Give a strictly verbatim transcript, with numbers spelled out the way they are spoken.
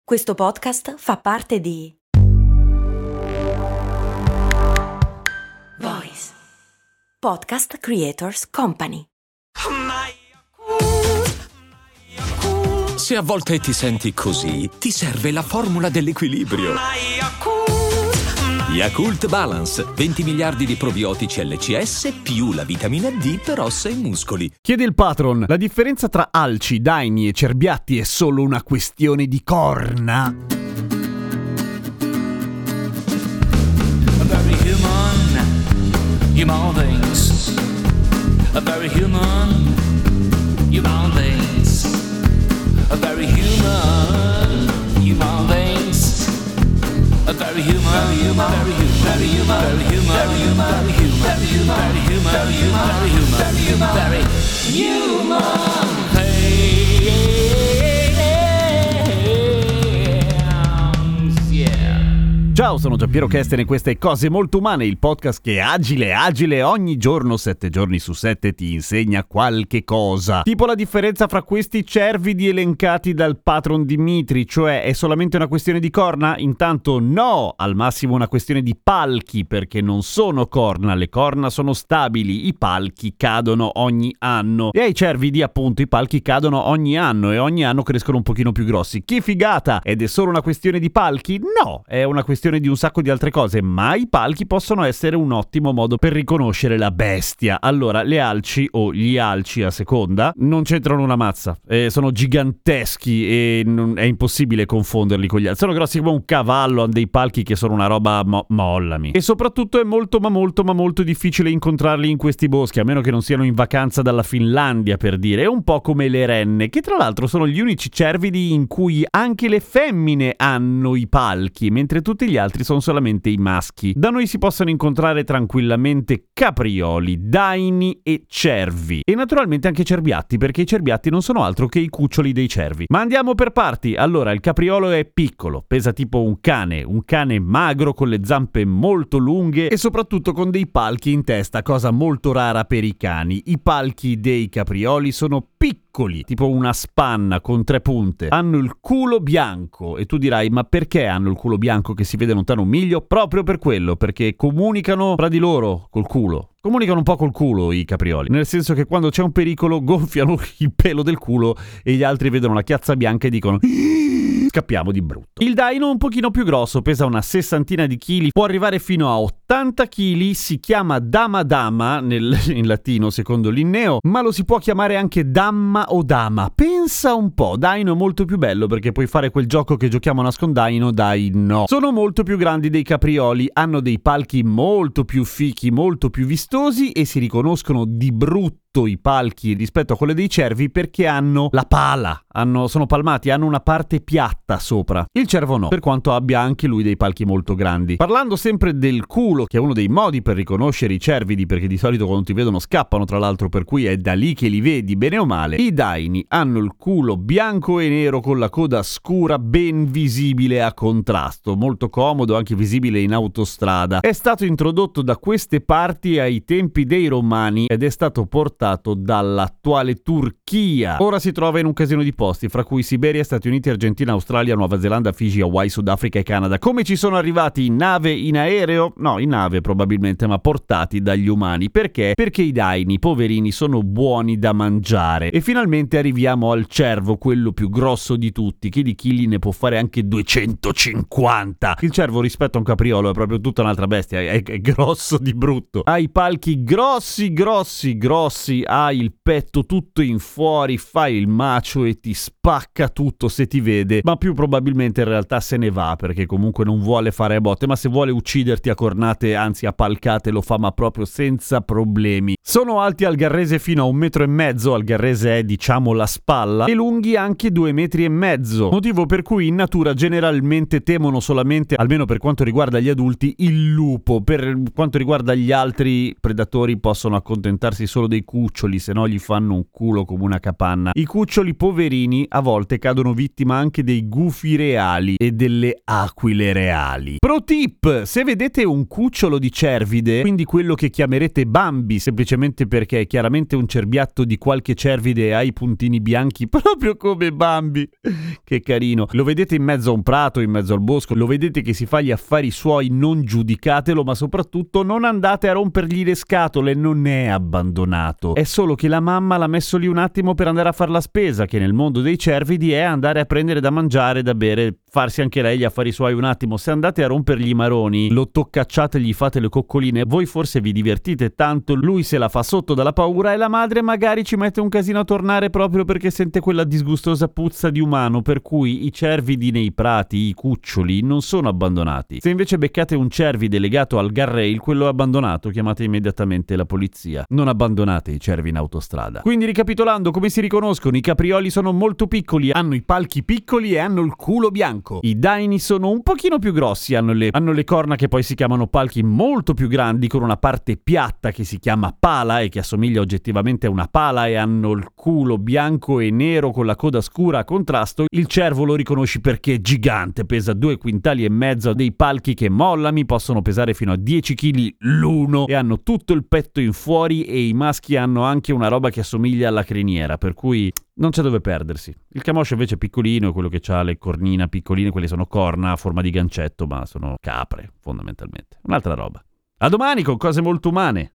Questo podcast fa parte di Voice Podcast Creators Company. Se a volte ti senti così, ti serve la formula dell'equilibrio. Yakult Balance, venti miliardi di probiotici L C S più la vitamina D per ossa e muscoli. Chiede il patron, la differenza tra alci, daini e cerbiatti è solo una questione di corna? A very human, human beings. A very human, human beings. A very human, human beings. A very human, very human, very human, very human, very human, very human, very human, very human, very human, very human, very human, very human, beings. Yeah. Ciao, sono Giampiero Kesten e queste è Cose Molto Umane, il podcast che agile, agile, ogni giorno, sette giorni su sette ti insegna qualche cosa. Tipo la differenza fra questi cervidi elencati dal patron Dimitri, cioè è solamente una questione di corna? Intanto no, al massimo una questione di palchi, perché non sono corna, le corna sono stabili, i palchi cadono ogni anno. E ai cervidi appunto i palchi cadono ogni anno e ogni anno crescono un pochino più grossi. Che figata! Ed è solo una questione di palchi? No, è una questione di un sacco di altre cose, ma i palchi possono essere un ottimo modo per riconoscere la bestia. Allora, le alci o gli alci a seconda non c'entrano una mazza, eh, sono giganteschi e non, è impossibile confonderli con gli altri. Sono grossi come un cavallo, hanno dei palchi che sono una roba mo- mollami. E soprattutto è molto ma molto ma molto difficile incontrarli in questi boschi, a meno che non siano in vacanza dalla Finlandia, per dire. È un po' come le renne, che tra l'altro sono gli unici cervidi in cui anche le femmine hanno i palchi, mentre tutti gli altri sono solamente i maschi. Da noi si possono incontrare tranquillamente caprioli, daini e cervi. E naturalmente anche cerbiatti, perché i cerbiatti non sono altro che i cuccioli dei cervi. Ma andiamo per parti. Allora, il capriolo è piccolo, pesa tipo un cane, un cane magro con le zampe molto lunghe e soprattutto con dei palchi in testa, cosa molto rara per i cani. I palchi dei caprioli sono piccoli, tipo una spanna con tre punte. Hanno il culo bianco e tu dirai, ma perché hanno il culo bianco che si vede lontano un miglio? Proprio per quello, perché comunicano fra di loro col culo. Comunicano un po' col culo i caprioli, nel senso che quando c'è un pericolo gonfiano il pelo del culo e gli altri vedono la chiazza bianca e dicono scappiamo di brutto. Il daino è un pochino più grosso, pesa una sessantina di chili, può arrivare fino a ottanta chili, si chiama dama dama nel, in latino secondo Linneo, ma lo si può chiamare anche damma o dama. Pensa un po', daino è molto più bello perché puoi fare quel gioco che giochiamo a nascondaino, dai no. Sono molto più grandi dei caprioli, hanno dei palchi molto più fichi, molto più vistosi e si riconoscono di brutto i palchi rispetto a quelle dei cervi perché hanno la pala, hanno, sono palmati, hanno una parte piatta sopra. Il cervo no, per quanto abbia anche lui dei palchi molto grandi. Parlando sempre del culo, che è uno dei modi per riconoscere i cervidi, perché di solito quando ti vedono scappano tra l'altro, per cui è da lì che li vedi bene o male, i daini hanno il culo bianco e nero con la coda scura ben visibile a contrasto, molto comodo, anche visibile in autostrada. È stato introdotto da queste parti ai tempi dei Romani ed è stato portato dall'attuale Turchia. Ora si trova in un casino di posti, fra cui Siberia, Stati Uniti, Argentina, Australia, Nuova Zelanda, Fiji, Hawaii, Sudafrica e Canada. Come ci sono arrivati? In nave, in aereo? No, in nave probabilmente, ma portati dagli umani. Perché? Perché i daini, poverini, sono buoni da mangiare. E finalmente arriviamo al cervo, quello più grosso di tutti, che di chili ne può fare anche duecentocinquanta. Il cervo rispetto a un capriolo è proprio tutta un'altra bestia, è, è grosso di brutto. Ha i palchi grossi, grossi, grossi, ha il petto tutto in fuori, fa il macio e ti spacca tutto se ti vede, ma più probabilmente in realtà se ne va perché comunque non vuole fare a botte, ma se vuole ucciderti a cornate, anzi a palcate, lo fa, ma proprio senza problemi. Sono alti al garrese fino a un metro e mezzo, al garrese è diciamo la spalla, e lunghi anche due metri e mezzo, motivo per cui in natura generalmente temono solamente, almeno per quanto riguarda gli adulti, il lupo. Per quanto riguarda gli altri predatori possono accontentarsi solo dei cuccioli, se no gli fanno un culo come una capanna. I cuccioli poverini a volte cadono vittima anche dei gufi reali e delle aquile reali. Pro tip: se vedete un cucciolo di cervide, quindi quello che chiamerete Bambi, semplicemente perché è chiaramente un cerbiatto di qualche cervide e ha i puntini bianchi proprio come Bambi, che carino, lo vedete in mezzo a un prato, in mezzo al bosco, lo vedete che si fa gli affari suoi, non giudicatelo, ma soprattutto non andate a rompergli le scatole, non è abbandonato, è solo che la mamma l'ha messo lì un attimo per andare a fare la spesa, che nel mondo dei cervidi è andare a prendere da mangiare, da bere, farsi anche lei gli affari suoi un attimo. Se andate a rompergli i maroni, lo toccacciate, gli fate le coccoline, voi forse vi divertite tanto, lui se la fa sotto dalla paura e la madre magari ci mette un casino a tornare proprio perché sente quella disgustosa puzza di umano, per cui i cervidi nei prati, i cuccioli, non sono abbandonati. Se invece beccate un cervide legato al guardrail, quello è abbandonato, chiamate immediatamente la polizia. Non abbandonate i cervi in autostrada. Quindi, ricapitolando, come si riconoscono? I caprioli sono molto piccoli, hanno i palchi piccoli e hanno il culo bianco. I daini sono un pochino più grossi, hanno le, hanno le corna che poi si chiamano palchi molto più grandi, con una parte piatta che si chiama pala e che assomiglia oggettivamente a una pala, e hanno il culo bianco e nero con la coda scura a contrasto. Il cervo lo riconosci perché è gigante, pesa due quintali e mezzo, ha dei palchi che mollami, possono pesare fino a dieci chili l'uno e hanno tutto il petto in fuori, e i maschi hanno anche una roba che assomiglia alla criniera, per cui non c'è dove perdersi. Il camoscio invece è piccolino, è quello che ha le cornina piccoline, quelle sono corna a forma di gancetto, ma sono capre fondamentalmente. Un'altra roba. A domani con cose molto umane.